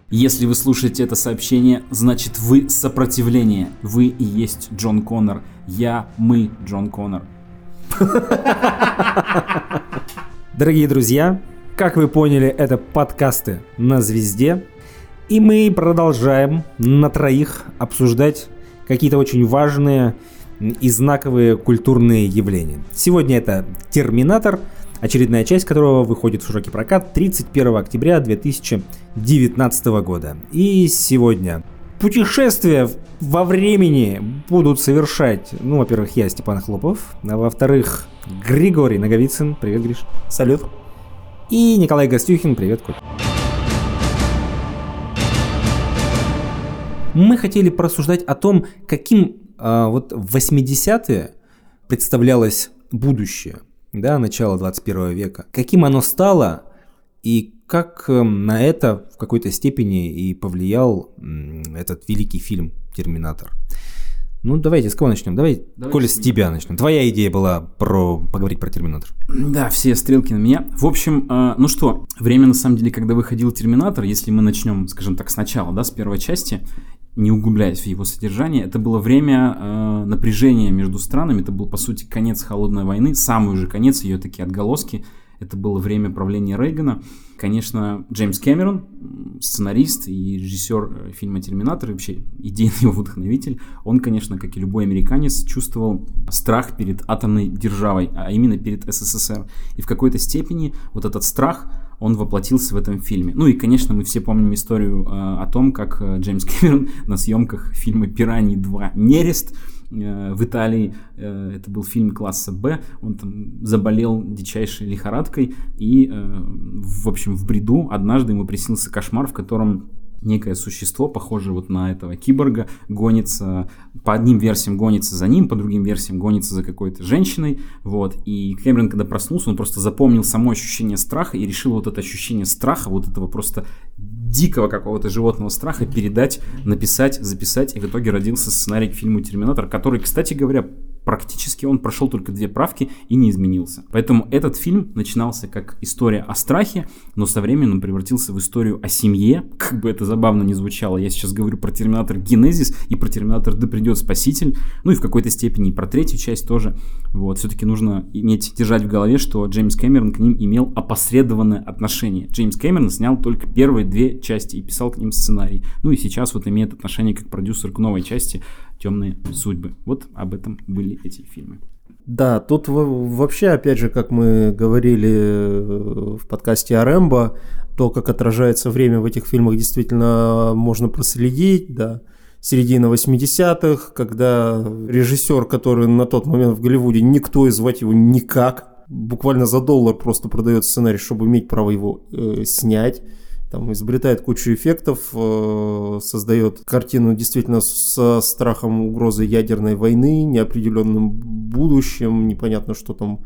Если вы слушаете это сообщение, значит вы сопротивление. Вы и есть Джон Коннор. Мы Джон Коннор. Дорогие друзья, как вы поняли, это подкасты на звезде. И мы продолжаем на троих обсуждать какие-то очень важные и знаковые культурные явления. Сегодня это «Терминатор», очередная часть которого выходит в широкий прокат 31 октября 2019 года. И сегодня путешествия во времени будут совершать, во-первых, я, Степан Хлопов, а во-вторых, Григорий Наговицын. Привет, Гриш. Салют. И Николай Гостюхин. Привет, Коль. Мы хотели порассуждать о том, каким вот в 80-е представлялось будущее, да, начало 21 века, каким оно стало и как на это в какой-то степени и повлиял этот великий фильм «Терминатор». Давайте, с кого начнем? Давайте Коля, с тебя начнем. Твоя идея была поговорить про «Терминатор». Да, все стрелки на меня. В общем, время на самом деле, когда выходил «Терминатор», если мы начнем, скажем так, сначала, да, с первой части, не углубляясь в его содержание, это было время напряжения между странами, это был, по сути, конец холодной войны, самый уже конец, ее такие отголоски. Это было время правления Рейгана. Конечно, Джеймс Кэмерон, сценарист и режиссер фильма «Терминатор», и вообще идейный его вдохновитель, он, конечно, как и любой американец, чувствовал страх перед атомной державой, а именно перед СССР. И в какой-то степени вот этот страх, он воплотился в этом фильме. И, конечно, мы все помним историю о том, как Джеймс Кэмерон на съемках фильма «Пираньи 2. Нерест» в Италии, это был фильм класса Б, он там заболел дичайшей лихорадкой и, в общем, в бреду однажды ему приснился кошмар, в котором некое существо, похожее вот на этого киборга, гонится, по одним версиям гонится за ним, по другим версиям гонится за какой-то женщиной, вот, и Кэмерон, когда проснулся, он просто запомнил само ощущение страха и решил вот это ощущение страха, вот этого просто дикого какого-то животного страха передать, написать, записать, и в итоге родился сценарий к фильму «Терминатор», который, кстати говоря, практически он прошел только 2 правки и не изменился. Поэтому этот фильм начинался как история о страхе, но со временем превратился в историю о семье. Как бы это забавно ни звучало, я сейчас говорю про «Терминатор Генезис» и про «Терминатор Да придет Спаситель», и в какой-то степени и про 3-ю часть тоже. Вот, все-таки нужно держать в голове, что Джеймс Кэмерон к ним имел опосредованное отношение. Джеймс Кэмерон снял только первые 2 части и писал к ним сценарий. И сейчас вот имеет отношение как продюсер к новой части «Темные судьбы». Вот об этом были эти фильмы. Да, тут вообще, опять же, как мы говорили в подкасте о Рэмбо, то, как отражается время в этих фильмах, действительно можно проследить, да. Середина 80-х, когда режиссер, который на тот момент в Голливуде никто и звать его никак, буквально за $1 просто продает сценарий, чтобы иметь право его снять. Там изобретает кучу эффектов, создает картину действительно со страхом угрозы ядерной войны, неопределенным будущим, непонятно, что там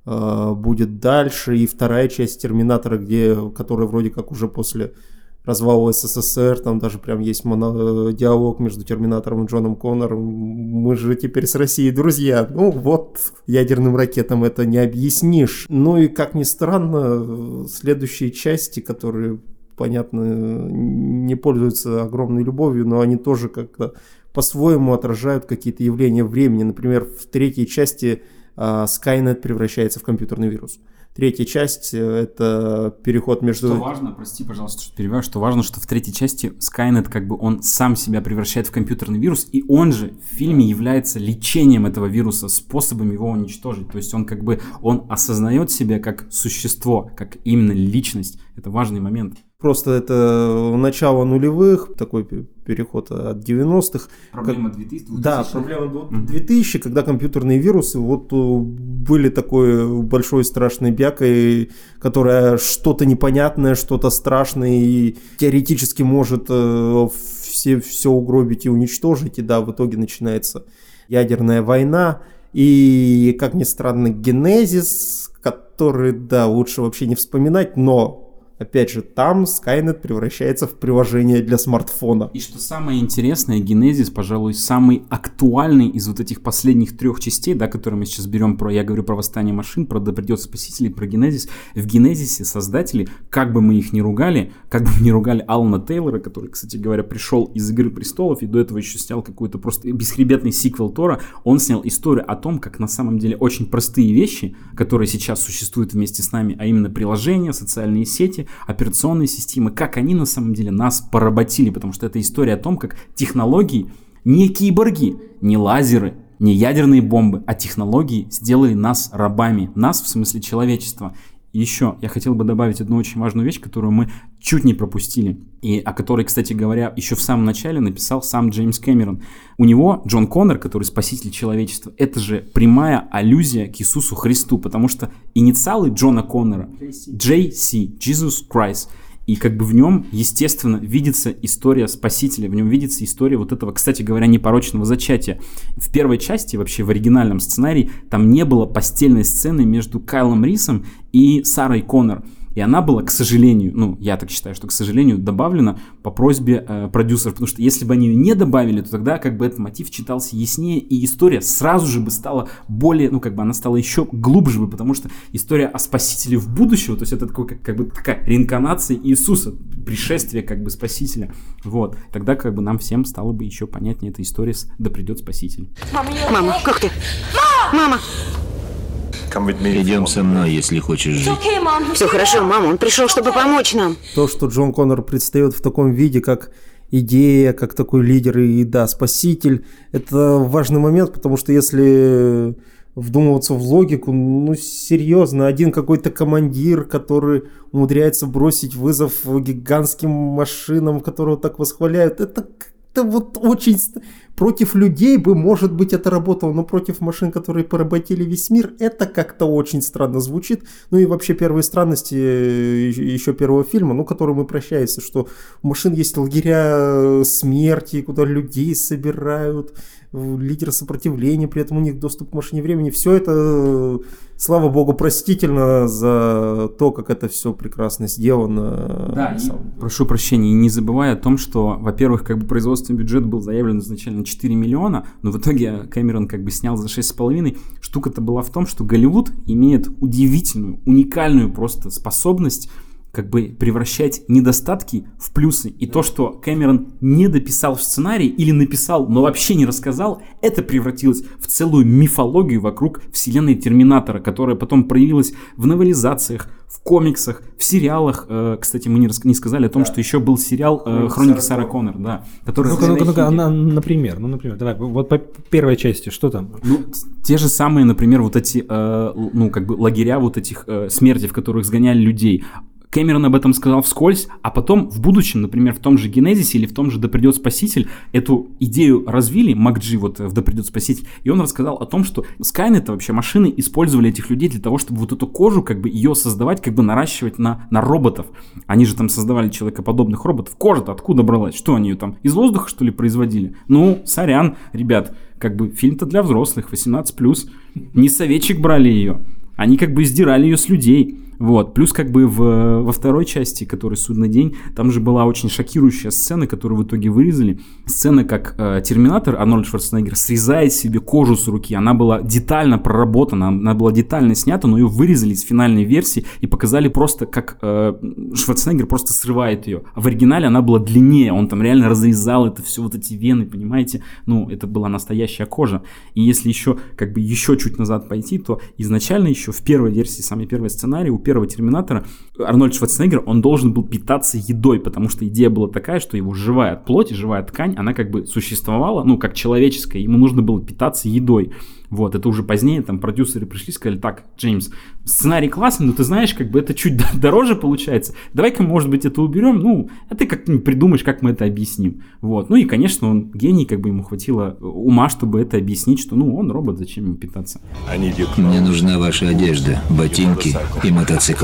будет дальше. И 2-я часть «Терминатора», которая вроде как уже после развала СССР, там даже прям есть диалог между Терминатором и Джоном Коннором. Мы же теперь с Россией друзья. Ядерным ракетам это не объяснишь. И, как ни странно, следующие части, которые, понятно, не пользуются огромной любовью, но они тоже как-то по-своему отражают какие-то явления времени. Например, в 3-й части Skynet превращается в компьютерный вирус. 3-я часть — это переход между... Что важно, прости, пожалуйста, что перебиваю, что важно, что в 3-й части Skynet он сам себя превращает в компьютерный вирус, и он же в фильме является лечением этого вируса, способом его уничтожить. То есть он он осознает себя как существо, как именно личность. Это важный момент. Просто это начало нулевых, такой переход от 90-х. Проблема 2000. Да, проблема 2000, когда компьютерные вирусы были такой большой страшной бякой, которая что-то непонятное, что-то страшное и теоретически может все угробить и уничтожить. И да, в итоге начинается ядерная война. И, как ни странно, Генезис, который, да, лучше вообще не вспоминать, но Опять же, там Skynet превращается в приложение для смартфона. И что самое интересное, Генезис, пожалуй, самый актуальный из вот этих последних 3 частей, да, которые мы сейчас берем, я говорю про «Восстание машин», про «Да придет Спаситель», про Генезис. В Генезисе создатели, как бы мы их ни ругали, как бы мы ни ругали Алана Тейлора, который, кстати говоря, пришел из «Игры престолов» и до этого еще снял какой-то просто бесхребетный сиквел Тора, он снял историю о том, как на самом деле очень простые вещи, которые сейчас существуют вместе с нами, а именно приложения, социальные сети, операционные системы, как они на самом деле нас поработили, потому что это история о том, как технологии, не киборги, не лазеры, не ядерные бомбы, а технологии сделали нас рабами, нас в смысле человечества. И еще я хотел бы добавить одну очень важную вещь, которую мы чуть не пропустили, и о которой, кстати говоря, еще в самом начале написал сам Джеймс Кэмерон. У него Джон Коннор, который спаситель человечества, это же прямая аллюзия к Иисусу Христу, потому что инициалы Джона Коннора JC, Jesus Christ. И как бы в нем, естественно, видится история Спасителя, в нем видится история вот этого, кстати говоря, непорочного зачатия. В первой части, вообще в оригинальном сценарии, там не было постельной сцены между Кайлом Рисом и Сарой Коннор. И она была, к сожалению, я так считаю, что, к сожалению, добавлена по просьбе продюсеров, потому что если бы они ее не добавили, то тогда как бы этот мотив читался яснее, и история сразу же бы стала более, она стала еще глубже бы, потому что история о спасителе в будущем, то есть это такая реинкарнация Иисуса, пришествие как бы спасителя, вот, тогда как бы нам всем стало бы еще понятнее эта история с «Да придет Спаситель». Мама, как ты? Мама! Идем со мной, если хочешь жить. Все хорошо, мама, он пришел, чтобы помочь нам. То, что Джон Коннор предстает в таком виде, как идея, как такой лидер и, да, спаситель, это важный момент, потому что если вдумываться в логику, серьезно, один какой-то командир, который умудряется бросить вызов гигантским машинам, которого так восхваляют, это вот очень... Против людей бы, может быть, это работало, но против машин, которые поработили весь мир, это как-то очень странно звучит. И вообще первые странности еще первого фильма, который мы прощаемся, что у машин есть лагеря смерти, куда людей собирают, лидеры сопротивления, при этом у них доступ к машине времени. Все это, слава богу, простительно за то, как это все прекрасно сделано. Да, прошу прощения, не забывая о том, что, во-первых, как бы производственный бюджет был заявлен изначально 4 миллиона, но в итоге Кэмерон как бы снял за 6,5. Штука-то была в том, что Голливуд имеет удивительную, уникальную просто способность как бы превращать недостатки в плюсы. И то, что Кэмерон не дописал в сценарий или написал, но вообще не рассказал, это превратилось в целую мифологию вокруг вселенной Терминатора, которая потом проявилась в новелизациях, в комиксах, в сериалах. Кстати, мы не сказали о том, что еще был сериал «Хроники Сары Коннор», да, который... Например, давай, вот по первой части, что там? Те же самые, например, вот эти, лагеря вот этих смерти, в которых сгоняли людей. Кэмерон об этом сказал вскользь, а потом в будущем, например, в том же Генезисе или в том же «Да придет Спаситель» эту идею развили, МакДжи вот в «Да придет Спаситель», и он рассказал о том, что Skynet, вообще машины, использовали этих людей для того, чтобы вот эту кожу, как бы ее создавать, как бы наращивать на роботов. Они же там создавали человекоподобных роботов. Кожа-то откуда бралась? Что они ее там из воздуха, что ли, производили? Сорян, ребят, как бы фильм-то для взрослых, 18+. Не советчик брали ее. Они как бы издирали ее с людей. Вот. Плюс как бы во второй части, который «Судный день», там же была очень шокирующая сцена, которую в итоге вырезали. Сцена, как Терминатор, Арнольд Шварценеггер, срезает себе кожу с руки. Она была детально проработана, она была детально снята, но ее вырезали из финальной версии и показали просто, как Шварценеггер просто срывает ее. А в оригинале она была длиннее, он там реально разрезал это все, вот эти вены, понимаете? Это была настоящая кожа. И если еще, как бы еще чуть назад пойти, то изначально еще в первой версии, самый первый сценарий, у первого Терминатора Арнольд Шварценеггер, он должен был питаться едой, потому что идея была такая, что его живая плоть, живая ткань, она как бы существовала, как человеческая, ему нужно было питаться едой. Вот, это уже позднее, там, продюсеры пришли и сказали: так, Джеймс, сценарий классный, но ты знаешь, как бы это чуть дороже получается, давай-ка, может быть, это уберем, а ты как-нибудь придумаешь, как мы это объясним. Вот, и, конечно, он гений, как бы ему хватило ума, чтобы это объяснить, что, он робот, зачем ему питаться. Мне нужна ваша одежда, ботинки и мотоцикл.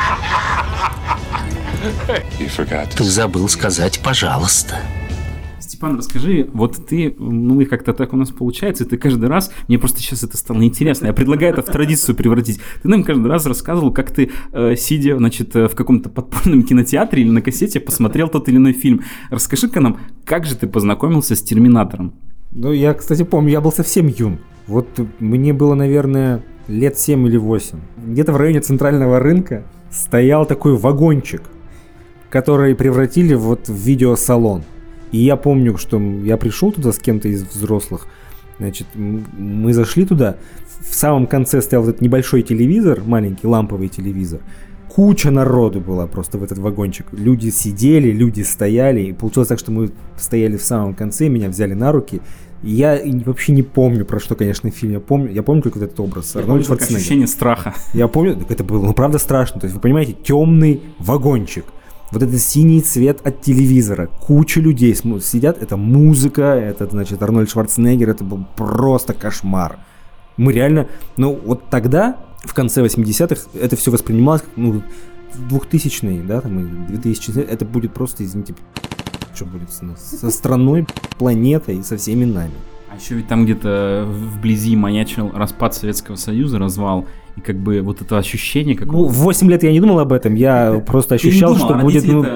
Ты забыл сказать «пожалуйста». Степан, расскажи, вот ты, ну и как-то так у нас получается, и ты каждый раз, мне просто сейчас это стало интересно, я предлагаю это в традицию превратить. Ты нам каждый раз рассказывал, как ты, сидя, значит, в каком-то подпольном кинотеатре или на кассете, посмотрел тот или иной фильм. Расскажи-ка нам, как же ты познакомился с «Терминатором»? Ну, я, кстати, помню, я был совсем юн. Вот мне было, наверное, лет 7 или 8. Где-то в районе центрального рынка стоял такой вагончик, который превратили вот в видеосалон. И я помню, что я пришел туда с кем-то из взрослых, значит, мы зашли туда, в самом конце стоял вот этот небольшой телевизор, маленький ламповый телевизор, куча народу была просто в этот вагончик, люди сидели, люди стояли, и получилось так, что мы стояли в самом конце, меня взяли на руки, и я вообще не помню, про что, конечно, фильм, я помню только этот образ, Арнольд Шварценеггер. Ощущение страха. Я помню, это было, ну, правда страшно, то есть, вы понимаете, темный вагончик, вот этот синий цвет от телевизора, куча людей сидят, это музыка, это, значит, Арнольд Шварценеггер, это был просто кошмар. Мы реально, ну, вот тогда, в конце 80-х, это все воспринималось, ну, 2000-е, да, там, и 2000-е, это будет просто, извините, что будет со страной, планетой и со всеми нами. А еще ведь там где-то вблизи маячил распад Советского Союза, развал, и как бы вот это ощущение какого-то... Ну, в 8 лет я не думал об этом, я просто ощущал, что будет, ну,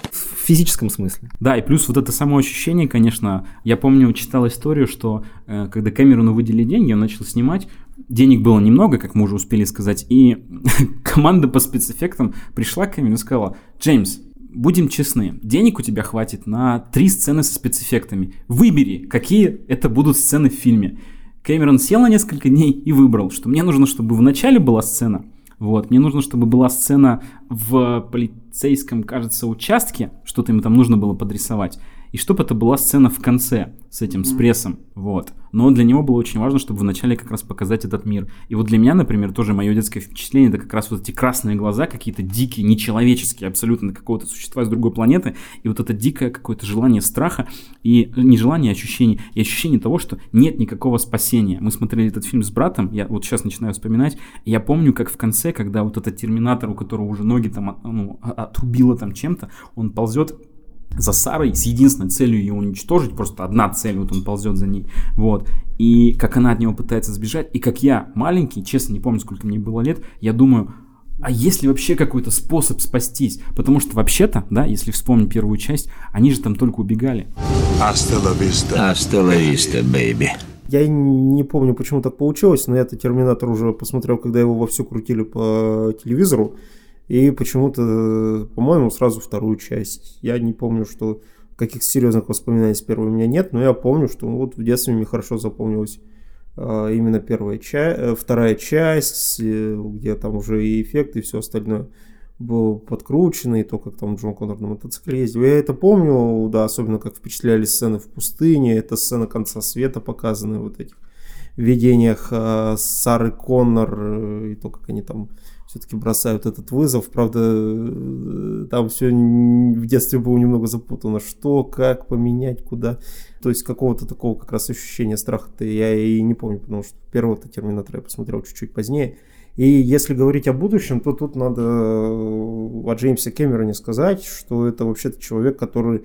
в физическом смысле. Да, и плюс вот это само ощущение, конечно, я помню, читал историю, что когда Кэмерону выделили деньги, он начал снимать, денег было немного, как мы уже успели сказать, и команда по спецэффектам пришла к Кэмерону и сказала: «Джеймс, будем честны, денег у тебя хватит на 3 сцены со спецэффектами. Выбери, какие это будут сцены в фильме». Кэмерон сел на несколько дней и выбрал, что мне нужно, чтобы в начале была сцена, вот, мне нужно, чтобы была сцена в полицейском, кажется, участке, что-то им там нужно было подрисовать, и чтобы это была сцена в конце с этим, с прессом, вот. Но для него было очень важно, чтобы вначале как раз показать этот мир. И вот для меня, например, тоже мое детское впечатление, это как раз вот эти красные глаза, какие-то дикие, нечеловеческие, абсолютно какого-то существа с другой планеты, и вот это дикое какое-то желание страха, и не желание, а ощущение, и ощущение того, что нет никакого спасения. Мы смотрели этот фильм с братом, я вот сейчас начинаю вспоминать, и я помню, как в конце, когда вот этот терминатор, у которого уже ноги там, ну, отрубило там чем-то, он ползет за Сарой с единственной целью ее уничтожить, просто одна цель, вот он ползет за ней, вот, и как она от него пытается сбежать, и как я маленький, честно не помню, сколько мне было лет, я думаю, а есть ли вообще какой-то способ спастись? Потому что вообще-то, да, если вспомнить первую часть, они же там только убегали. Hasta la vista, baby. Я не помню, почему так получилось, но я-то «Терминатор» уже посмотрел, когда его вовсю крутили по телевизору. И почему-то, по-моему, сразу вторую часть. Я не помню, что каких-то серьезных воспоминаний с первой у меня нет, но я помню, что вот в детстве мне хорошо запомнилась именно вторая часть, где там уже и эффекты, и все остальное было подкручено, и то, как там Джон Коннор на мотоцикле ездил. Я это помню, да, особенно как впечатляли сцены в пустыне, это сцена конца света, показанная в вот этих видениях Сары Коннор, и то, как они там все-таки бросают этот вызов. Правда, там все в детстве было немного запутано. Что, как поменять, куда. То есть какого-то такого как раз ощущения страха-то я и не помню, потому что первого-то «Терминатора» я посмотрел чуть-чуть позднее. И если говорить о будущем, то тут надо о Джеймсе Кэмероне сказать, что это вообще-то человек, который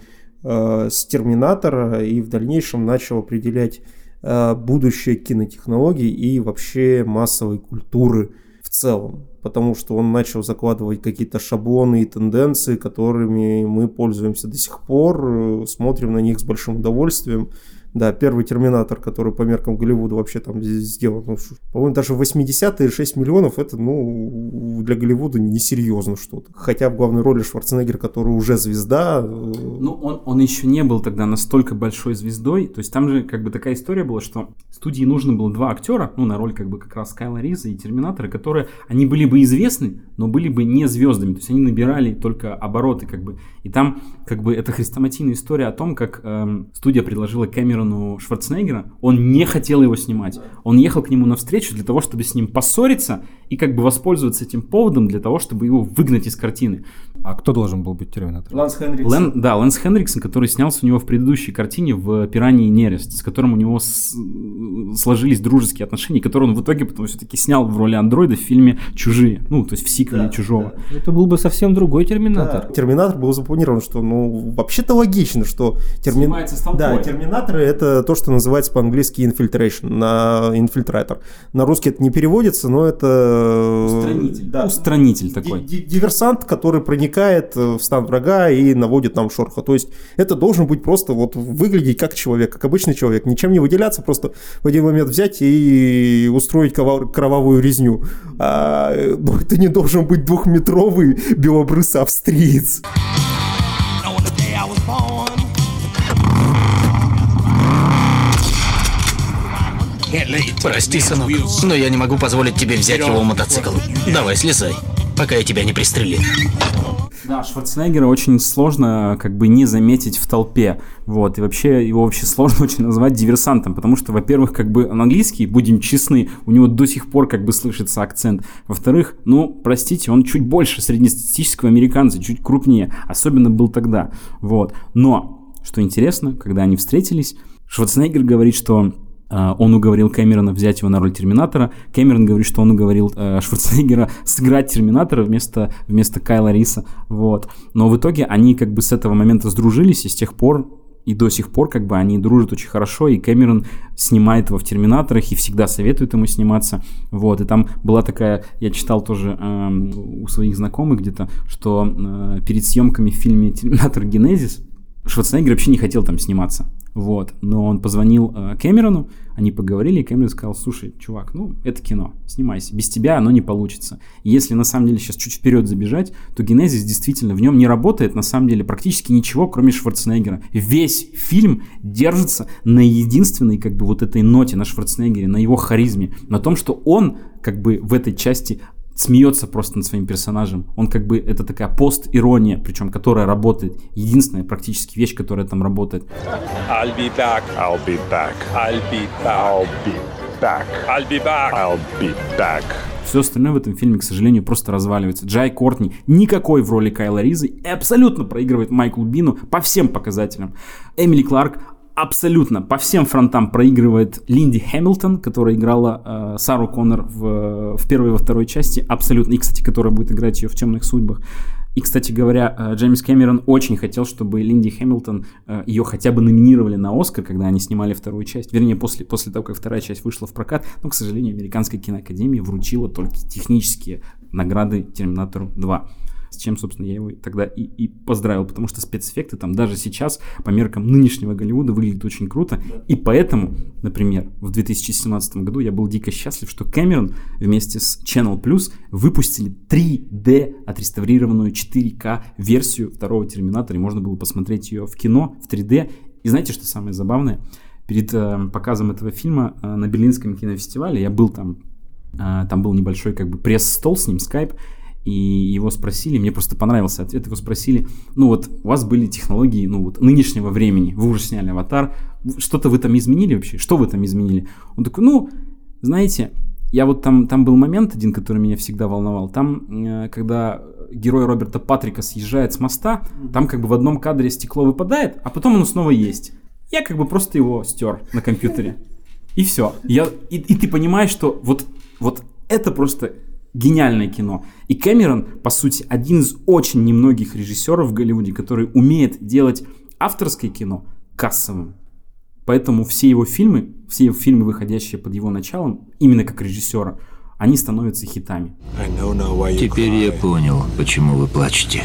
с «Терминатора» и в дальнейшем начал определять будущее кинотехнологий и вообще массовой культуры в целом, потому что он начал закладывать какие-то шаблоны и тенденции, которыми мы пользуемся до сих пор, смотрим на них с большим удовольствием. Да, первый «Терминатор», который по меркам Голливуда вообще там сделан, ну, по-моему, даже в 80-е 6 миллионов, это, ну, для Голливуда несерьезно что-то. Хотя в главной роли Шварценеггер, который уже звезда. Ну, он еще не был тогда настолько большой звездой, то есть там же как бы такая история была, что студии нужно было 2 актера, ну, на роль как бы как раз Кайла Риза и Терминатора, которые, они были бы известны, но были бы не звездами, то есть они набирали только обороты, как бы. И там, как бы, это хрестоматийная история о том, как студия предложила Кэмерону Шварценеггера, он не хотел его снимать. Он ехал к нему навстречу для того, чтобы с ним поссориться и как бы воспользоваться этим поводом для того, чтобы его выгнать из картины. А кто должен был быть Терминатором? Ланс Хенриксон. Лэнс Хенриксон, который снялся у него в предыдущей картине в «Пираньи и нерест», с которым у него сложились дружеские отношения, которые он в итоге потом все-таки снял в роли андроида в фильме «Чужие», ну, то есть в сиквеле «Чужого». Да. Это был бы совсем другой Терминатор. Да. Терминатор был запланирован, что, ну, вообще-то логично, что Снимается с толпой. Да, терминаторы — это то, что называется по-английски infiltration, инфильтратор. На русский это не переводится, но это... Устранитель. Да. Устранитель такой. Диверсант, который проникает в стан врага и наводит там шорха. То есть это должен быть просто вот выглядеть как человек, как обычный человек, ничем не выделяться, просто в один момент взять и устроить кровавую резню. Это не должен быть 2-метровый белобрысый австриец. Прости, сынок, но я не могу позволить тебе взять его мотоцикл. Давай, слезай, пока я тебя не пристрелил. Да, Шварценеггера очень сложно как бы не заметить в толпе, вот, и вообще его вообще сложно очень назвать диверсантом, потому что, во-первых, как бы на английский, будем честны, у него до сих пор как бы слышится акцент, во-вторых, ну, простите, он чуть больше среднестатистического американца, чуть крупнее, особенно был тогда, вот, но, что интересно, когда они встретились, Шварценеггер говорит, что он уговорил Кэмерона взять его на роль Терминатора. Кэмерон говорит, что он уговорил Шварценеггера сыграть Терминатора вместо Кайла Риса. Вот. Но в итоге они как бы с этого момента сдружились, и с тех пор и до сих пор как бы они дружат очень хорошо, и Кэмерон снимает его в «Терминаторах» и всегда советует ему сниматься. Вот. И там была такая, я читал тоже у своих знакомых где-то, что перед съемками в фильме «Терминатор. Генезис» Шварценеггер вообще не хотел там сниматься. Вот, но он позвонил Кэмерону, они поговорили, и Кэмерон сказал: слушай, чувак, ну, это кино, снимайся, без тебя оно не получится. И если на самом деле сейчас чуть вперед забежать, то «Генезис» действительно, в нем не работает на самом деле практически ничего, кроме Шварценеггера. Весь фильм держится на единственной как бы вот этой ноте, на Шварценеггере, на его харизме, на том, что он как бы в этой части смеется просто над своим персонажем. Он как бы, это такая пост-ирония, причем которая работает. Единственная практически вещь, которая там работает. I'll be back. I'll be back. I'll be back. I'll be back. I'll be back. I'll be back. Все остальное в этом фильме, к сожалению, просто разваливается. Джай Кортни никакой в роли Кайла Риза и абсолютно проигрывает Майклу Бину по всем показателям. Эмили Кларк абсолютно по всем фронтам проигрывает Линди Хэмилтон, которая играла Сару Коннор в первой и во второй части, абсолютно, и, кстати, которая будет играть ее в «Темных судьбах». И, кстати говоря, Джеймс Кэмерон очень хотел, чтобы Линди Хэмилтон ее хотя бы номинировали на «Оскар», когда они снимали вторую часть. Вернее, после того, как вторая часть вышла в прокат. Но, к сожалению, Американская киноакадемия вручила только технические награды «Терминатору 2». С чем, собственно, я его тогда и поздравил, потому что спецэффекты там даже сейчас по меркам нынешнего Голливуда выглядят очень круто. И поэтому, например, в 2017 году я был дико счастлив, что Кэмерон вместе с Channel Plus выпустили 3D отреставрированную 4К версию второго Терминатора, и можно было посмотреть ее в кино, в 3D. И знаете, что самое забавное? Перед показом этого фильма на Берлинском кинофестивале я был там был небольшой как бы пресс-стол с ним, скайп, и его спросили, мне просто понравился ответ, его спросили, ну вот у вас были технологии, ну вот нынешнего времени, вы уже сняли «Аватар», что-то вы там изменили вообще? Что вы там изменили? Он такой, ну, знаете, я вот там был момент один, который меня всегда волновал, там, когда герой Роберта Патрика съезжает с моста, там как бы в одном кадре стекло выпадает, а потом оно снова есть. Я как бы просто его стер на компьютере. И все. И ты понимаешь, что вот это просто гениальное кино. И Кэмерон, по сути, один из очень немногих режиссеров в Голливуде, который умеет делать авторское кино кассовым. Поэтому все его фильмы, выходящие под его началом, именно как режиссера, они становятся хитами. Теперь я понял, почему вы плачете.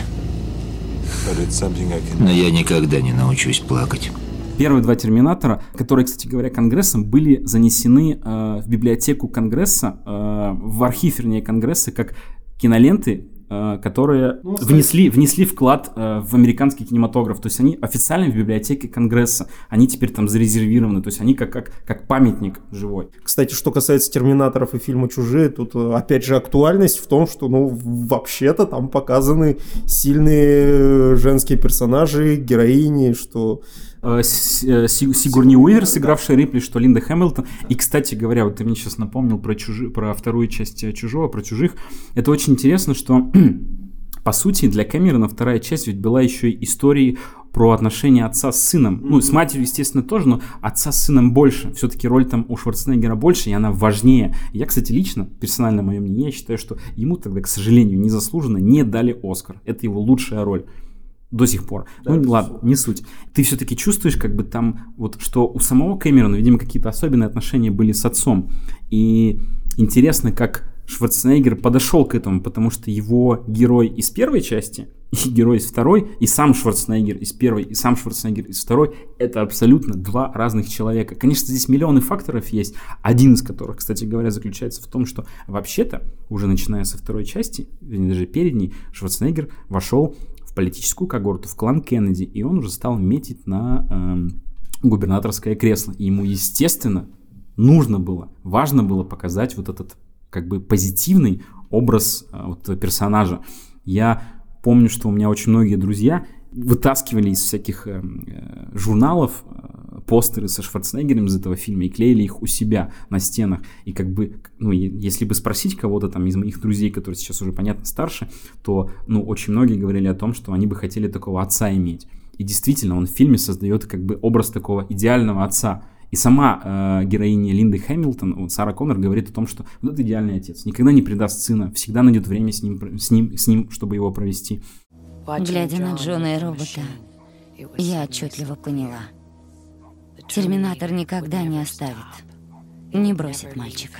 Но я никогда не научусь плакать. Первые два «Терминатора», которые, кстати говоря, Конгрессом, были занесены в библиотеку Конгресса, в архив, вернее, Конгресса, как киноленты, которые внесли вклад в американский кинематограф. То есть они официально в библиотеке Конгресса. Они теперь там зарезервированы. То есть они как памятник живой. Кстати, что касается «Терминаторов» и фильма «Чужие», тут опять же актуальность в том, что вообще-то там показаны сильные женские персонажи, героини, что Сигурни Уивер, сыгравшая Рипли, что Линда Хэмилтон. И, кстати говоря, вот ты мне сейчас напомнил про вторую часть «Чужого», про «Чужих». Это очень интересно, что, по сути, для Кэмерона вторая часть ведь была еще и историей про отношения отца с сыном. Ну, с матерью, естественно, тоже, но отца с сыном больше. Все-таки роль там у Шварценеггера больше, и она важнее. Я, кстати, лично, персонально мое мнение, я считаю, что ему тогда, к сожалению, незаслуженно не дали Оскар. Это его лучшая роль. До сих пор. Да, ну ладно, не суть. Ты все-таки чувствуешь, как бы там, вот, что у самого Кэмерона, видимо, какие-то особенные отношения были с отцом. И интересно, как Шварценеггер подошел к этому, потому что его герой из первой части, и герой из второй, и сам Шварценеггер из первой, и сам Шварценеггер из второй, это абсолютно два разных человека. Конечно, здесь миллионы факторов есть, один из которых, кстати говоря, заключается в том, что вообще-то, уже начиная со второй части, даже перед ней, Шварценеггер вошел в политическую когорту, в клан Кеннеди, и он уже стал метить на губернаторское кресло. И ему, естественно, нужно было, важно было показать вот этот как бы позитивный образ вот персонажа. Я помню, что у меня очень многие друзья вытаскивали из всяких журналов постеры со Шварценеггером из этого фильма и клеили их у себя на стенах. И как бы, ну, если бы спросить кого-то там из моих друзей, которые сейчас уже, понятно, старше, то, ну, очень многие говорили о том, что они бы хотели такого отца иметь. И действительно, он в фильме создает как бы образ такого идеального отца. И сама героиня Линды Хэмилтон, вот Сара Коннор, говорит о том, что вот это идеальный отец. Никогда не предаст сына, всегда найдет время с ним, чтобы его провести. Глядя на Джона и робота, я отчетливо поняла. Терминатор никогда не оставит, не бросит мальчика.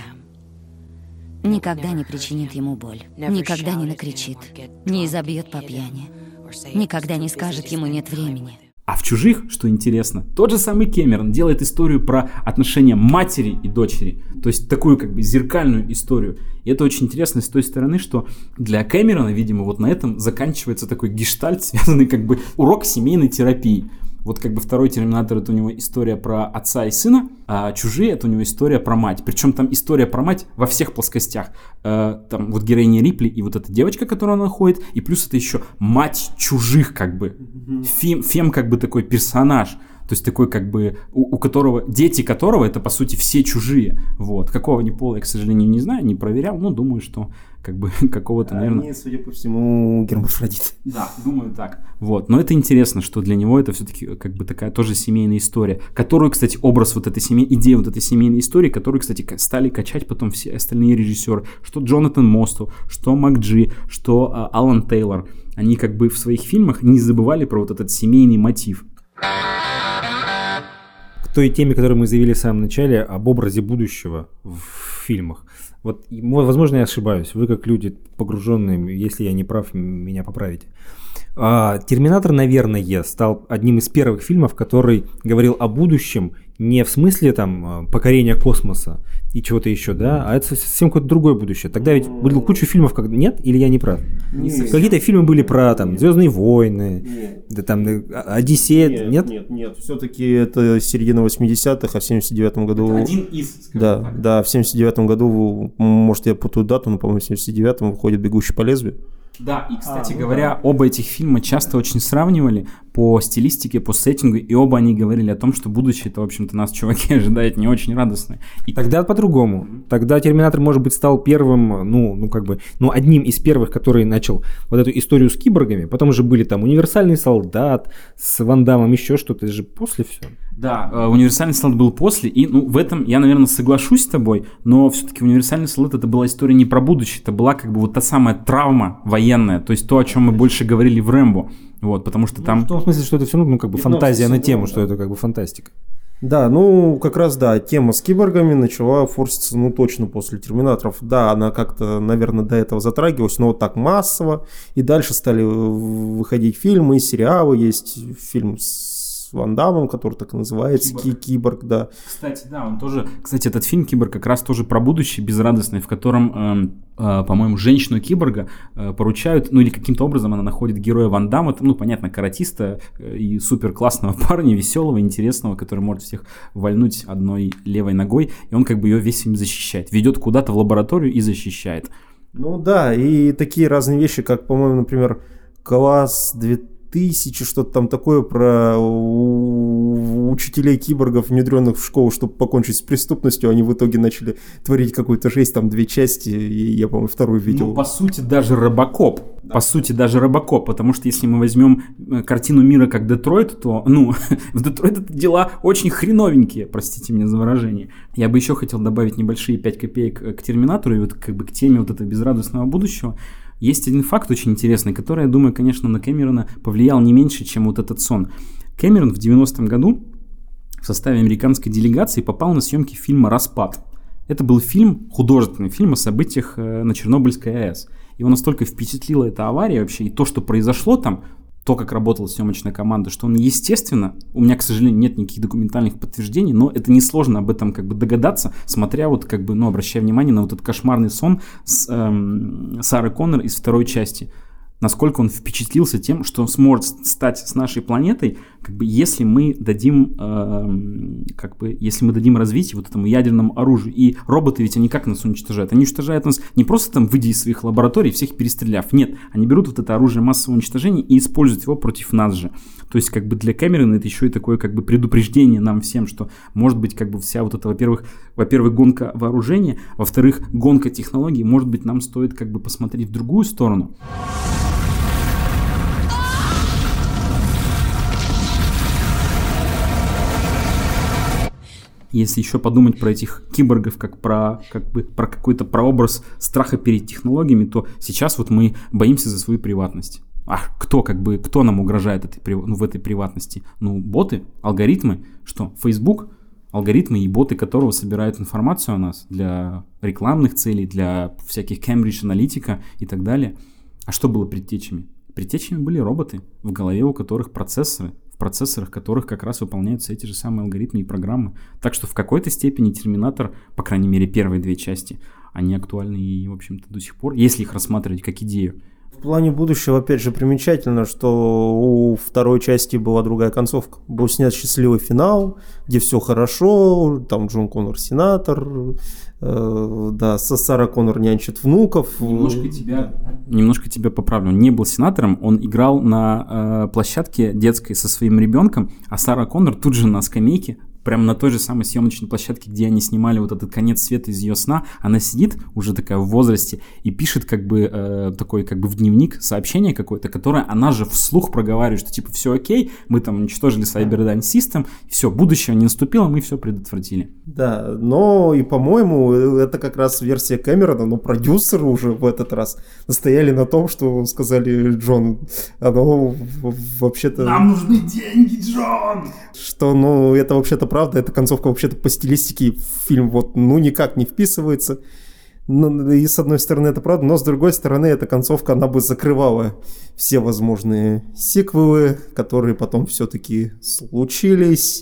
Никогда не причинит ему боль, никогда не накричит, не изобьет по пьяни, никогда не скажет ему «нет времени». А в «Чужих», что интересно, тот же самый Кэмерон делает историю про отношения матери и дочери. То есть такую как бы зеркальную историю. И это очень интересно с той стороны, что для Кэмерона, видимо, вот на этом заканчивается такой гештальт, связанный как бы урок семейной терапии. Вот как бы второй «Терминатор» — это у него история про отца и сына, а «Чужие» — это у него история про мать. Причем там история про мать во всех плоскостях. Там вот героиня Рипли и вот эта девочка, которую она находит, и плюс это еще мать чужих как бы. Фем как бы такой персонаж. То есть такой как бы, у которого, дети которого это по сути все чужие. Вот. Какого они пола я, к сожалению, не знаю, не проверял, но думаю, что как бы какого-то, наверное... Они, судя по всему, гермафродиты. Да, думаю так. Вот. Но это интересно, что для него это все-таки как бы такая тоже семейная история, которую, кстати, образ вот этой идея вот этой семейной истории, которую, кстати, стали качать потом все остальные режиссеры, что Джонатан Мостоу, что МакДжи, что Алан Тейлор. Они как бы в своих фильмах не забывали про вот этот семейный мотив. К той теме, которую мы заявили в самом начале, об образе будущего в фильмах. Вот, возможно, я ошибаюсь. Вы, как люди погруженные, если я не прав, меня поправите. «Терминатор», наверное, стал одним из первых фильмов, который говорил о будущем не в смысле там покорения космоса и чего-то еще, да, а это совсем какое-то другое будущее. Тогда ведь было куча фильмов, как нет, или я не прав? Какие-то фильмы были про там «Звездные войны», да, там «Одиссея», нет? Нет. Все-таки это середина 80-х, а в 79-м году... Это один из, да, в 79-м году, может, я путаю дату, но, по-моему, в 79-м выходит «Бегущий по лезвию». Да, и, кстати говоря, оба этих фильма часто очень сравнивали по стилистике, по сеттингу, и оба они говорили о том, что будущее, это, в общем-то, нас, чуваки, ожидает не очень радостное. И... Тогда по-другому. Тогда «Терминатор», может быть, стал первым, одним из первых, который начал вот эту историю с киборгами. Потом уже были там «Универсальный солдат», с Ван Даммом, еще что-то, это же после все. Да, «Универсальный солдат» был после, и в этом я, наверное, соглашусь с тобой, но все-таки «Универсальный солдат» это была история не про будущее, это была как бы вот та самая травма военная, то есть то, о чем мы больше говорили в «Рэмбо», вот, потому что там... В том смысле, что это все равно, фантазия на тему, что это как бы фантастика. Да, как раз, да, тема с киборгами начала форситься, точно после «Терминаторов». Да, она как-то, наверное, до этого затрагивалась, но вот так массово, и дальше стали выходить фильмы, сериалы, есть фильм с Ван Даммом, который так и называется, «Киборг», да. Кстати, да, он тоже... Кстати, этот фильм «Киборг» как раз тоже про будущее безрадостное, в котором, по-моему, женщину-киборга поручают, или каким-то образом она находит героя Ван Дамма, понятно, каратиста и супер классного парня, веселого, интересного, который может всех вальнуть одной левой ногой, и он как бы ее весь фильм защищает. Ведет куда-то в лабораторию и защищает. Да, и такие разные вещи, как, по-моему, например, «Класс 2000», 2000, что-то там такое про учителей киборгов, внедренных в школу, чтобы покончить с преступностью. Они в итоге начали творить какую-то жесть, там 2 части, и я, по-моему, 2 видел. Ну, по сути, даже Робокоп. Да. По сути, даже Робокоп, потому что если мы возьмем картину мира как Детройт, то, в Детройте дела очень хреновенькие, простите меня за выражение. Я бы еще хотел добавить небольшие 5 копеек к Терминатору и вот как бы к теме вот этого безрадостного будущего. Есть один факт очень интересный, который, я думаю, конечно, на Кэмерона повлиял не меньше, чем вот этот сон. Кэмерон в 90-м году в составе американской делегации попал на съемки фильма «Распад». Это был фильм, художественный фильм о событиях на Чернобыльской АЭС. Его настолько впечатлила эта авария вообще, и то, что произошло там, то, как работала съемочная команда, что он, естественно, у меня, к сожалению, нет никаких документальных подтверждений, но это несложно об этом как бы догадаться, смотря вот как бы, обращая внимание на вот этот кошмарный сон с Сары Коннор из 2 части. Насколько он впечатлился тем, что сможет стать с нашей планетой, как бы, если мы дадим развитие вот этому ядерному оружию. И роботы ведь они как нас уничтожают? Они уничтожают нас не просто там выйдя из своих лабораторий, всех перестреляв. Нет, они берут вот это оружие массового уничтожения и используют его против нас же. То есть как бы для Кэмерона это еще и такое как бы предупреждение нам всем, что может быть как бы вся вот эта, во-первых, гонка вооружения, во-вторых, гонка технологий, может быть нам стоит как бы посмотреть в другую сторону. Если еще подумать про этих киборгов как про какой-то прообраз страха перед технологиями, то сейчас вот мы боимся за свою приватность. А кто нам угрожает в этой приватности? Боты, алгоритмы, что? Facebook, алгоритмы и боты, которого собирают информацию о нас для рекламных целей, для всяких Cambridge Analytica и так далее. А что было предтечами? Предтечами были роботы, в голове у которых процессоры, в процессорах которых как раз выполняются эти же самые алгоритмы и программы. Так что в какой-то степени Терминатор, по крайней мере первые 2 части, они актуальны и, в общем-то, до сих пор, если их рассматривать как идею. В плане будущего, опять же, примечательно, что у 2 части была другая концовка. Был снят счастливый финал, где все хорошо, там Джон Коннор сенатор, Сара Коннор нянчит внуков. Немножко тебя поправлю. Он не был сенатором, он играл на площадке детской со своим ребенком, а Сара Коннор тут же на скамейке, прямо на той же самой съемочной площадке, где они снимали вот этот конец света из ее сна, она сидит уже такая в возрасте и пишет такой в дневник сообщение какое-то, которое она же вслух проговаривает, что типа все окей, мы там уничтожили Cyberdyne System, все, будущего не наступило, мы все предотвратили. Да, но и по-моему это как раз версия Кэмерона, но продюсеры уже в этот раз настояли на том, что сказали: Джон, оно вообще-то... Нам нужны деньги, Джон! Что, это вообще-то правда, эта концовка вообще-то по стилистике в фильм никак не вписывается. И с одной стороны это правда, но с другой стороны эта концовка, она бы закрывала все возможные сиквелы, которые потом все-таки случились,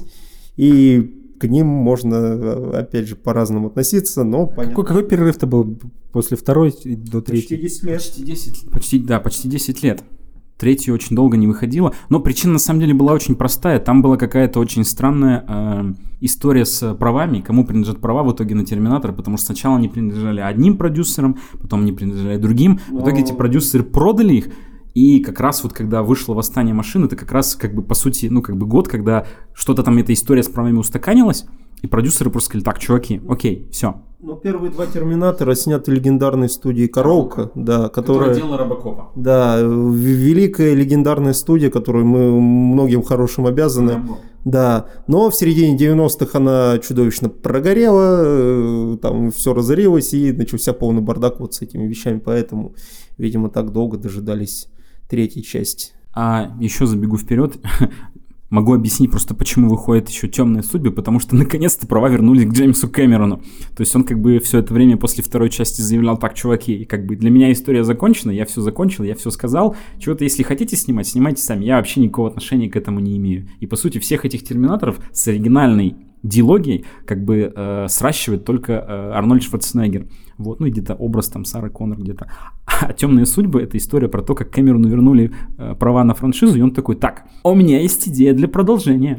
и к ним можно, опять же, по-разному относиться, но понятно. Какой перерыв-то был после 2 до 3? Почти 10 лет. Почти 10 лет. 3 очень долго не выходила, но причина на самом деле была очень простая. Там была какая-то очень странная история с правами, кому принадлежат права в итоге на Терминатор, потому что сначала они принадлежали одним продюсерам, потом они принадлежали другим, в итоге эти продюсеры продали их, и как раз вот когда вышло «Восстание машин», это как раз по сути, год, когда что-то там, эта история с правами устаканилась, и продюсеры просто сказали: так, чуваки, окей, все. Первые 2 Терминатора сняты легендарной студией Коробка, да, которая делала Робокопа. Да, великая легендарная студия, которой мы многим хорошим обязаны. Да, но в середине 90-х она чудовищно прогорела, там все разорилось, и начался полный бардак вот с этими вещами, поэтому, видимо, так долго дожидались 3 части. А еще забегу вперед. Могу объяснить просто, почему выходит еще «Темные судьбы», потому что наконец-то права вернулись к Джеймсу Кэмерону. То есть он все это время после 2 части заявлял: так, чуваки, для меня история закончена, я все закончил, я все сказал. Чего-то, если хотите снимать, снимайте сами, я вообще никакого отношения к этому не имею. И по сути всех этих Терминаторов с оригинальной диалогией сращивает только Арнольд Шварценеггер. И где-то образ там Сары Коннор где-то. А «Темные судьбы» — это история про то, как Кэмерону вернули права на франшизу, и он такой: так, у меня есть идея для продолжения.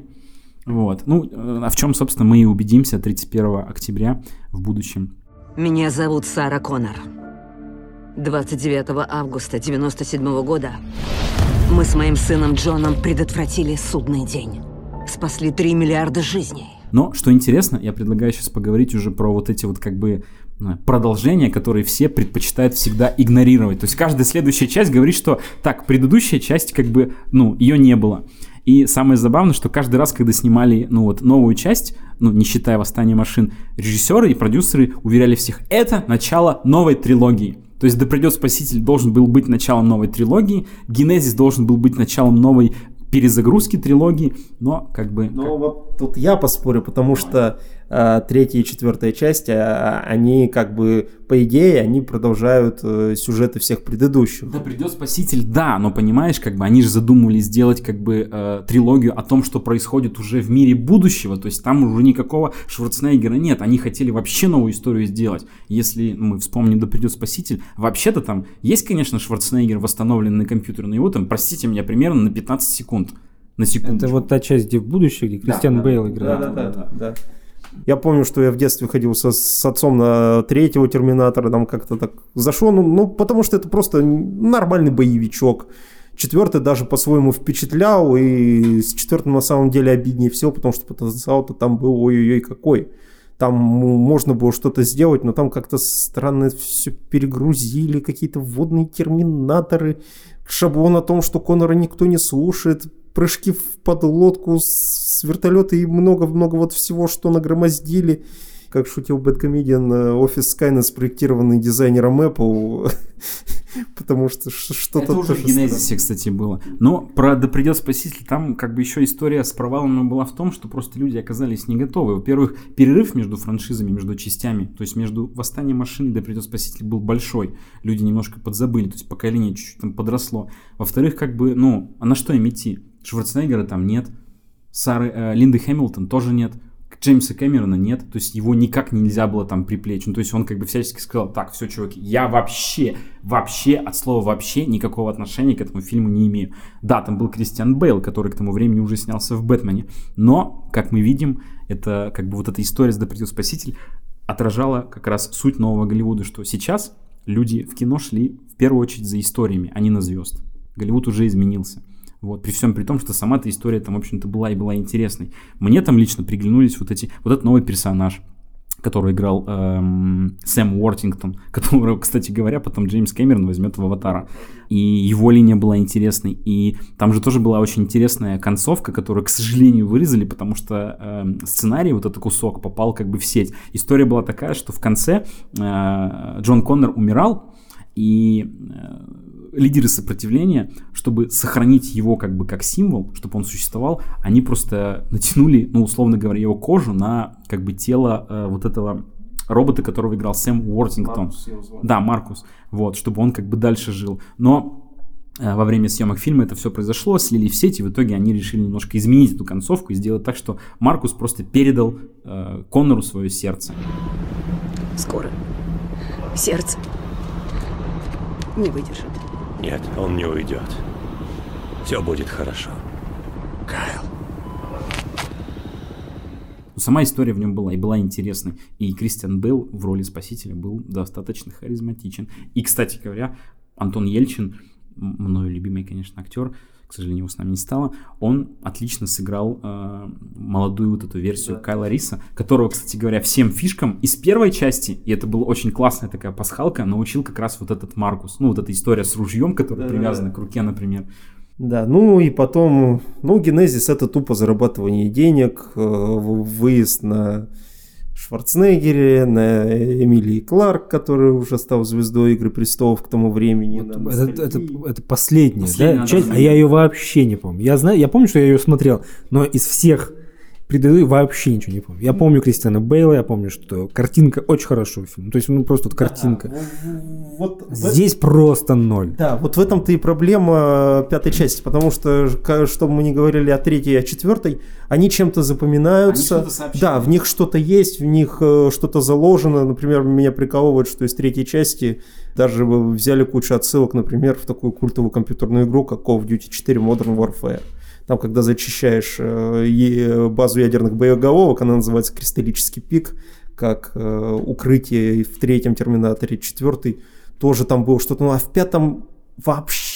А в чем, собственно, мы и убедимся 31 октября в будущем. Меня зовут Сара Коннор. 29 августа 1997 года Мы с моим сыном Джоном предотвратили судный день. Спасли 3 миллиарда жизней. Но, что интересно, я предлагаю сейчас поговорить уже про вот эти вот как бы продолжения, которые все предпочитают всегда игнорировать. То есть каждая следующая часть говорит, что так, предыдущая часть как бы, ее не было. И самое забавное, что каждый раз, когда снимали, новую часть, не считая «Восстание машин», режиссеры и продюсеры уверяли всех, это начало новой трилогии. То есть «Да придет Спаситель» должен был быть началом новой трилогии, «Генезис» должен был быть началом новой перезагрузки трилогии, но как бы... Вот тут я поспорю, потому что 3-я и 4-я часть, они как бы, по идее, они продолжают сюжеты всех предыдущих. Да придет Спаситель, да, но понимаешь, как бы они же задумывали сделать как бы трилогию о том, что происходит уже в мире будущего, то есть там уже никакого Шварценеггера нет, они хотели вообще новую историю сделать. Если мы вспомним «Да придет Спаситель», вообще-то там есть, конечно, Шварценеггер, восстановленный на компьютере, но его там, простите меня, примерно на 15 секунд. На секунду. Это вот та часть, где в будущем, где Кристиан Бейл играет. Да. Я помню, что я в детстве ходил с отцом на 3-го Терминатора, там как-то так зашел, потому что это просто нормальный боевичок. 4-й даже по-своему впечатлял, и с 4-м на самом деле обиднее всего, потому что потенциал-то там был ой-ой-ой какой. Там можно было что-то сделать, но там как-то странно все перегрузили, какие-то вводные терминаторы, шаблон о том, что Коннора никто не слушает, прыжки в подлодку с вертолета и много-много вот всего, что нагромоздили. Как шутил Бэдкомедиан, офис Skynet спроектированный дизайнером Apple, потому что что-то... Это уже в Генезисе, кстати, было. Но про «Да придет Спаситель» там как бы еще история с провалом была в том, что просто люди оказались не готовы. Во-первых, перерыв между франшизами, между частями, то есть между «Восстанием машин» и «Да придет Спаситель» был большой. Люди немножко подзабыли, то есть поколение чуть-чуть там подросло. Во-вторых, как бы, а на что им идти? Шварценеггера там нет, Линды Хэмилтон тоже нет, Джеймса Кэмерона нет, то есть его никак нельзя было там приплечь. То есть он как бы всячески сказал, так, все, чуваки, я вообще, от слова вообще никакого отношения к этому фильму не имею. Да, там был Кристиан Бейл, который к тому времени уже снялся в «Бэтмене», но, как мы видим, это как бы вот эта история с «Да придет Спаситель» отражала как раз суть нового Голливуда, что сейчас люди в кино шли в первую очередь за историями, а не на звезд. Голливуд уже изменился. Вот, при всем при том, что сама эта история там, в общем-то, была интересной. Мне там лично приглянулись вот этот новый персонаж, который играл Сэм Уортингтон, которого, кстати говоря, потом Джеймс Кэмерон возьмет в «Аватара». И его линия была интересной. И там же тоже была очень интересная концовка, которую, к сожалению, вырезали, потому что сценарий, вот этот кусок, попал как бы в сеть. История была такая, что в конце Джон Коннор умирал, и лидеры сопротивления, чтобы сохранить его как бы как символ, чтобы он существовал, они просто натянули, условно говоря, его кожу на как бы тело вот этого робота, которого играл Сэм Уортингтон. Да, Маркус. Вот, чтобы он как бы дальше жил. Но во время съемок фильма это все произошло, слили в сеть, и в итоге они решили немножко изменить эту концовку и сделать так, что Маркус просто передал Коннору свое сердце. Скоро сердце не выдержит. Нет, он не уйдет. Все будет хорошо. Кайл. Сама история в нем была и была интересной. И Кристиан Бейл в роли Спасителя был достаточно харизматичен. И, кстати говоря, Антон Ельчин, мною любимый, конечно, актер, к сожалению, его с нами не стало, он отлично сыграл молодую вот эту версию Кайла Риса, которого, кстати говоря, всем фишкам из первой части, и это была очень классная такая пасхалка, научил как раз вот этот Маркус. Вот эта история с ружьем, которая привязана к руке, например. Да, и потом, Генезис — это тупо зарабатывание денег, выезд на Шварценеггере, на Эмилии Кларк, которая уже стала звездой «Игры престолов» к тому времени. Это последняя, да? Часть, а я ее вообще не помню. Я помню, что я ее смотрел, но из всех предыдущих вообще ничего не помню. Я помню Кристиана Бейла, я помню, что картинка очень хорошо фильм. То есть, просто вот картинка. Здесь просто ноль. Да, вот в этом-то и проблема 5-й части, потому что, что бы мы ни говорили о 3-й и о 4-й, они чем-то запоминаются. Да, в них что-то есть, в них что-то заложено. Например, меня прикалывает, что из 3-й части даже взяли кучу отсылок, например, в такую культовую компьютерную игру, как Call of Duty 4 Modern Warfare. Там, когда зачищаешь базу ядерных боеголовок, она называется «Кристаллический пик», как укрытие в 3-м Терминаторе, 4-й тоже там было что-то. А в 5-м вообще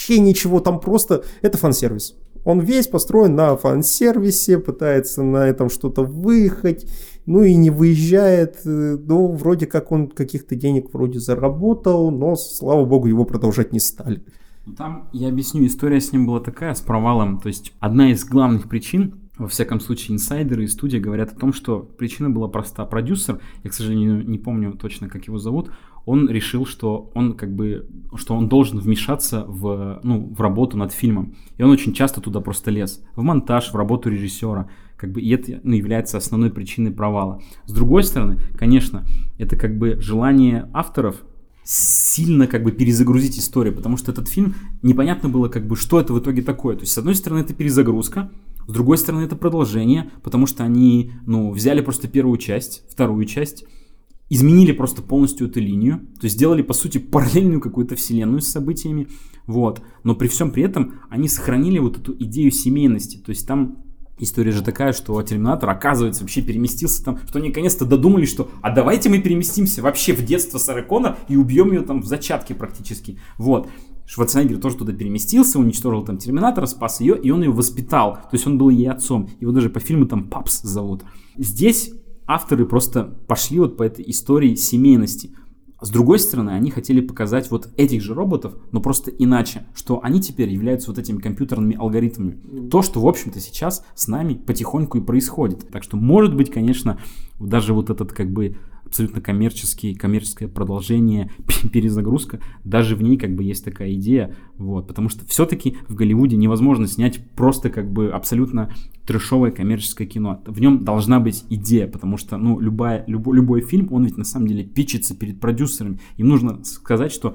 вообще ничего, там просто это фан-сервис. Он весь построен на фан-сервисе, пытается на этом что-то выехать, ну и не выезжает. Ну, вроде как он каких-то денег вроде заработал, но, слава богу, его продолжать не стали. Там, я объясню, история с ним была такая, с провалом. То есть одна из главных причин, во всяком случае, инсайдеры и студия говорят о том, что причина была проста. Продюсер, я, к сожалению, не помню точно, как его зовут, он решил, что он что он должен вмешаться в работу над фильмом. И он очень часто туда просто лез. В монтаж, в работу режиссера. И это является основной причиной провала. С другой стороны, конечно, это желание авторов сильно перезагрузить историю, потому что этот фильм непонятно было что это в итоге такое. То есть, с одной стороны, это перезагрузка, с другой стороны, это продолжение, потому что они, взяли просто первую часть, вторую часть, изменили просто полностью эту линию, то есть сделали, по сути, параллельную какую-то вселенную с событиями, вот. Но при всем при этом они сохранили вот эту идею семейности, то есть там история же такая, что Терминатор, оказывается, вообще переместился там, что они наконец-то додумались, что а давайте мы переместимся вообще в детство Сары Коннор и убьем ее там в зачатке практически. Вот. Шварценеггер тоже туда переместился, уничтожил там Терминатора, спас ее, и он ее воспитал. То есть он был ей отцом. Его даже по фильму там Папс зовут. Здесь авторы просто пошли вот по этой истории семейности. С другой стороны, они хотели показать вот этих же роботов, но просто иначе, что они теперь являются вот этими компьютерными алгоритмами. То, что, в общем-то, сейчас с нами потихоньку и происходит. Так что, может быть, конечно, даже вот этот абсолютно коммерческое продолжение, перезагрузка, даже в ней есть такая идея, вот, потому что все-таки в Голливуде невозможно снять просто абсолютно трэшовое коммерческое кино. В нем должна быть идея, потому что, любой фильм, он ведь на самом деле питчится перед продюсерами. Им нужно показать, что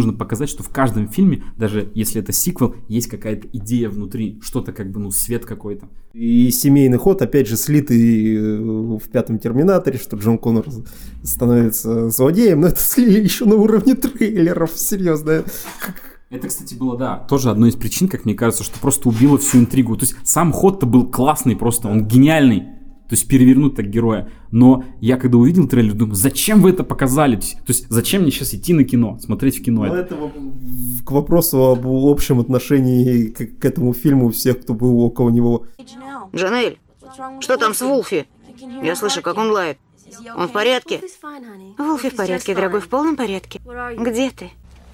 в каждом фильме, даже если это сиквел, есть какая-то идея внутри, что-то свет какой-то. И семейный ход, опять же, слитый в пятом Терминаторе, что Джон Коннор становится злодеем, но это слили еще на уровне трейлеров, серьезно. Это, кстати, было, да, тоже одной из причин, как мне кажется, что просто убило всю интригу. То есть сам ход-то был классный просто, он гениальный. То есть перевернуть так героя. Но я когда увидел трейлер, думаю, зачем вы это показали? То есть зачем мне сейчас идти на кино, смотреть в кино? Это к вопросу об общем отношении к этому фильму всех, кто был около него. Джанель, что там с Вулфи? Я слышу, как он лает. Он в порядке? Вулфи в порядке, дорогой, в полном порядке. Где ты?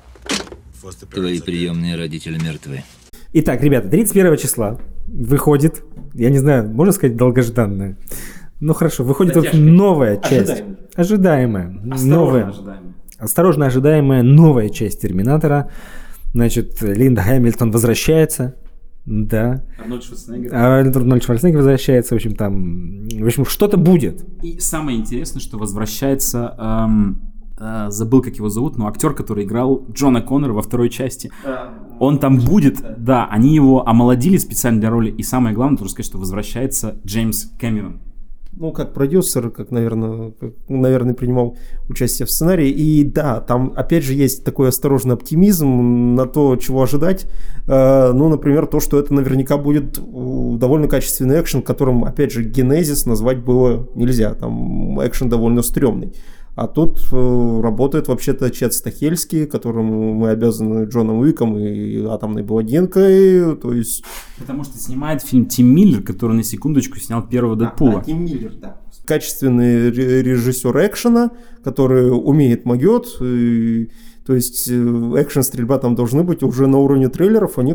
Твои приемные родители мертвы. Итак, ребята, 31 числа выходит, я не знаю, можно сказать долгожданная? Ну хорошо, выходит новая часть. Ожидаемая. Осторожно ожидаемая новая часть Терминатора. Значит, Линда Хэмилтон возвращается. Да. Арнольд Шварценеггер возвращается, в общем, что-то будет. И самое интересное, что возвращается, забыл, как его зовут, но актер, который играл Джона Коннора во второй части. Он там будет, да, они его омолодили специально для роли. И самое главное, тоже сказать, что возвращается Джеймс Кэмерон. Как продюсер, наверное, принимал участие в сценарии. И да, там, опять же, есть такой осторожный оптимизм на то, чего ожидать. Например, то, что это наверняка будет довольно качественный экшен, которым, опять же, генезис назвать было нельзя. Там экшен довольно стрёмный. А тут работает вообще-то Чет Стахельский, которому мы обязаны Джоном Уиком и Атомной блондинкой, то есть... Потому что снимает фильм Тим Миллер, который на секундочку снял первого Дэдпула. Тим Миллер, да. Качественный режиссер экшена, который умеет могёт, то есть экшен, стрельба там должны быть уже на уровне трейлеров, они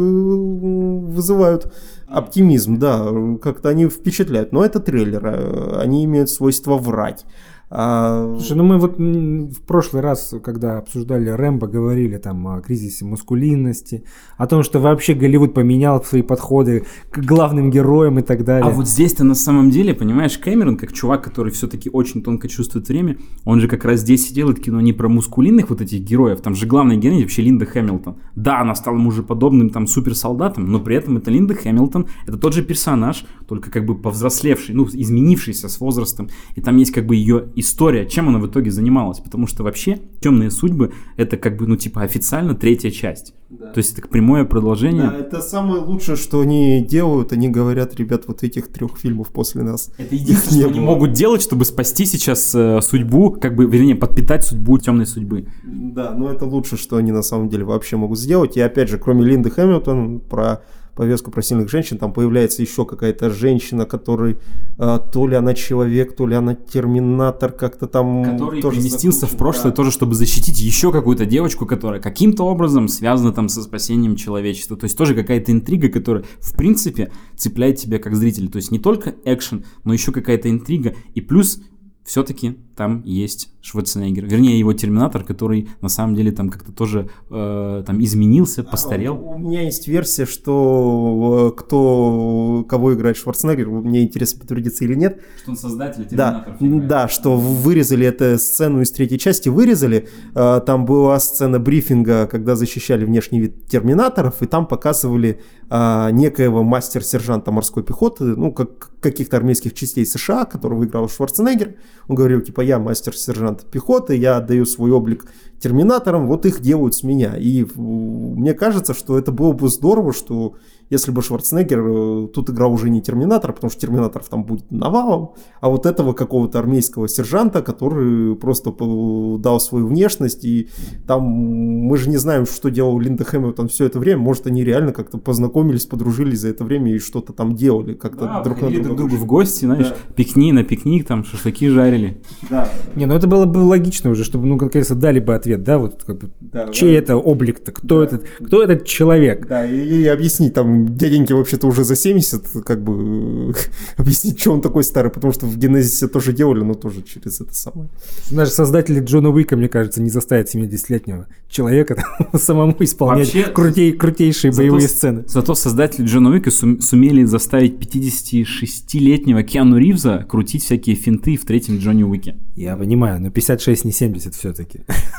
вызывают оптимизм, да, как-то они впечатляют. Но это трейлеры, они имеют свойство врать. Слушай, мы вот в прошлый раз, когда обсуждали Рэмбо, говорили там о кризисе маскулинности, о том, что вообще Голливуд поменял свои подходы к главным героям и так далее. А вот здесь-то на самом деле, понимаешь, Кэмерон, как чувак, который все-таки очень тонко чувствует время, он же как раз здесь и делает кино не про маскулинных вот этих героев, там же главная героиня вообще Линда Хэмилтон. Да, она стала мужеподобным там суперсолдатом, но при этом это Линда Хэмилтон, это тот же персонаж, только повзрослевший, изменившийся с возрастом, и там есть ее история, чем она в итоге занималась. Потому что вообще «Темные судьбы» — это как бы, официально 3-я часть. Да. То есть это прямое продолжение. Да, это самое лучшее, что они делают. Они говорят: ребят, вот этих 3 фильмов после нас. Это единственное, что они могут делать, чтобы спасти сейчас судьбу, подпитать судьбу «Темной судьбы». Да, но это лучше, что они на самом деле вообще могут сделать. И опять же, кроме Линды Хэмилтон, про повестку про сильных женщин, там появляется еще какая-то женщина, которой то ли она человек, то ли она терминатор, как-то там... Который переместился в прошлое тоже, чтобы защитить еще какую-то девочку, которая каким-то образом связана там со спасением человечества. То есть тоже какая-то интрига, которая, в принципе, цепляет тебя как зрителя. То есть не только экшен, но еще какая-то интрига. И плюс все-таки там есть Шварценеггер. Вернее, его терминатор, который на самом деле там как-то тоже там изменился, постарел. У меня есть версия, что кого играет Шварценеггер, мне интересно, подтвердится или нет. Что он создатель терминатора. Да, что вырезали эту сцену из 3-й части, вырезали. Там была сцена брифинга, когда защищали внешний вид терминаторов, и там показывали некоего мастер-сержанта морской пехоты, каких-то армейских частей США, которого играл Шварценеггер. Он говорил, я мастер-сержант пехоты, я отдаю свой облик терминаторам, вот их делают с меня. И мне кажется, что это было бы здорово, что если бы Шварценеггер тут играл уже не терминатор, потому что терминаторов там будет навалом, а вот этого какого-то армейского сержанта, который просто дал свою внешность, и там мы же не знаем, что делал Линда Хэмилтон все это время, может, они реально как-то познакомились, подружились за это время и что-то там делали, как-то друг на друга в гости, знаешь, на пикник, там шашлыки жарили. Да. Это было бы логично уже, чтобы, наконец-то дали бы ответ, чей это облик-то, кто этот человек. Да, и объяснить там, дяденьке вообще-то уже за 70, объяснить, что он такой старый, потому что в Генезисе тоже делали, но тоже через это самое. Даже создатели Джона Уика, мне кажется, не заставят 70-летнего человека самому исполнять крутейшие боевые сцены. Зато создатели Джона Уика сумели заставить 56-летнего Киану Ривза крутить всякие финты в 3-м Джонни Уике. Я понимаю, но 56 не 70 все-таки.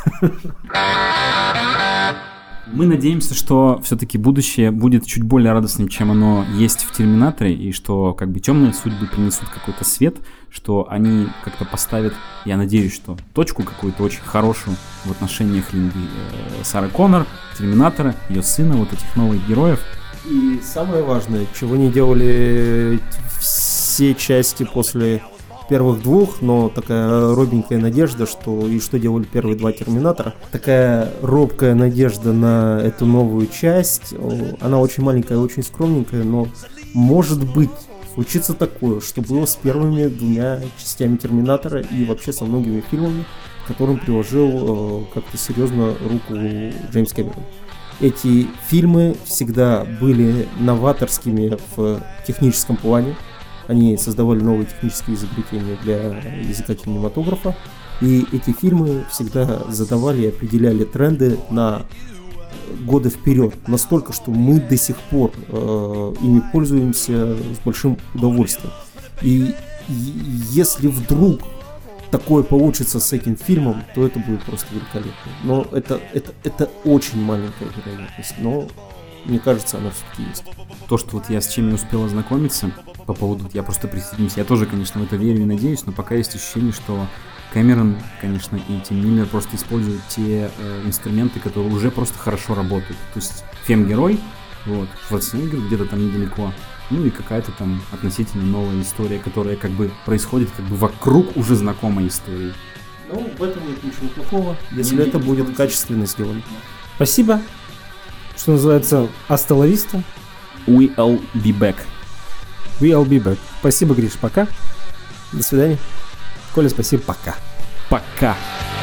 Мы надеемся, что все-таки будущее будет чуть более радостным, чем оно есть в «Терминаторе», и что «Темные судьбы» принесут какой-то свет, что они как-то поставят, я надеюсь, что точку какую-то очень хорошую в отношениях Линды Сары Коннор, «Терминатора», ее сына, вот этих новых героев. И самое важное, чего не делали все части после первых 2, но такая робенькая надежда, что делали первые 2 Терминатора. Такая робкая надежда на эту новую часть. Она очень маленькая, очень скромненькая, но может быть случится такое, что было с первыми 2 частями Терминатора и вообще со многими фильмами, к которым приложил как-то серьезно руку Джеймс Кэмерон. Эти фильмы всегда были новаторскими в техническом плане. Они создавали новые технические изобретения для языка кинематографа. И эти фильмы всегда задавали и определяли тренды на годы вперед. Настолько, что мы до сих пор ими пользуемся с большим удовольствием. И если вдруг такое получится с этим фильмом, то это будет просто великолепно. Но это очень маленькая вероятность. Но мне кажется, она все-таки есть. То, что вот я с чем не успел ознакомиться по поводу, я просто присоединюсь, я тоже, конечно, в это верю и надеюсь, но пока есть ощущение, что Кэмерон, конечно, и Тим Миллер просто используют те инструменты, которые уже просто хорошо работают. То есть фем-герой, Шварценеггер где-то там недалеко, и какая-то там относительно новая история, которая как бы происходит вокруг уже знакомой истории. В этом нет ничего плохого, если это будет качественно сделано. Спасибо. Что называется, hasta la vista. We'll be back. We'll be back. Спасибо, Гриш, пока. До свидания. Коля, спасибо, пока. Пока.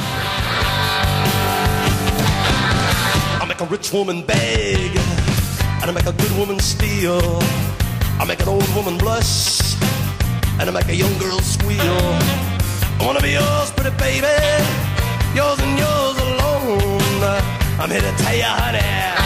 I make a rich woman beg, and I make a good woman steal. I make an old woman blush, and I make a young girl squeal. I wanna be yours, pretty baby, yours and yours alone. I'm here to tell you, honey,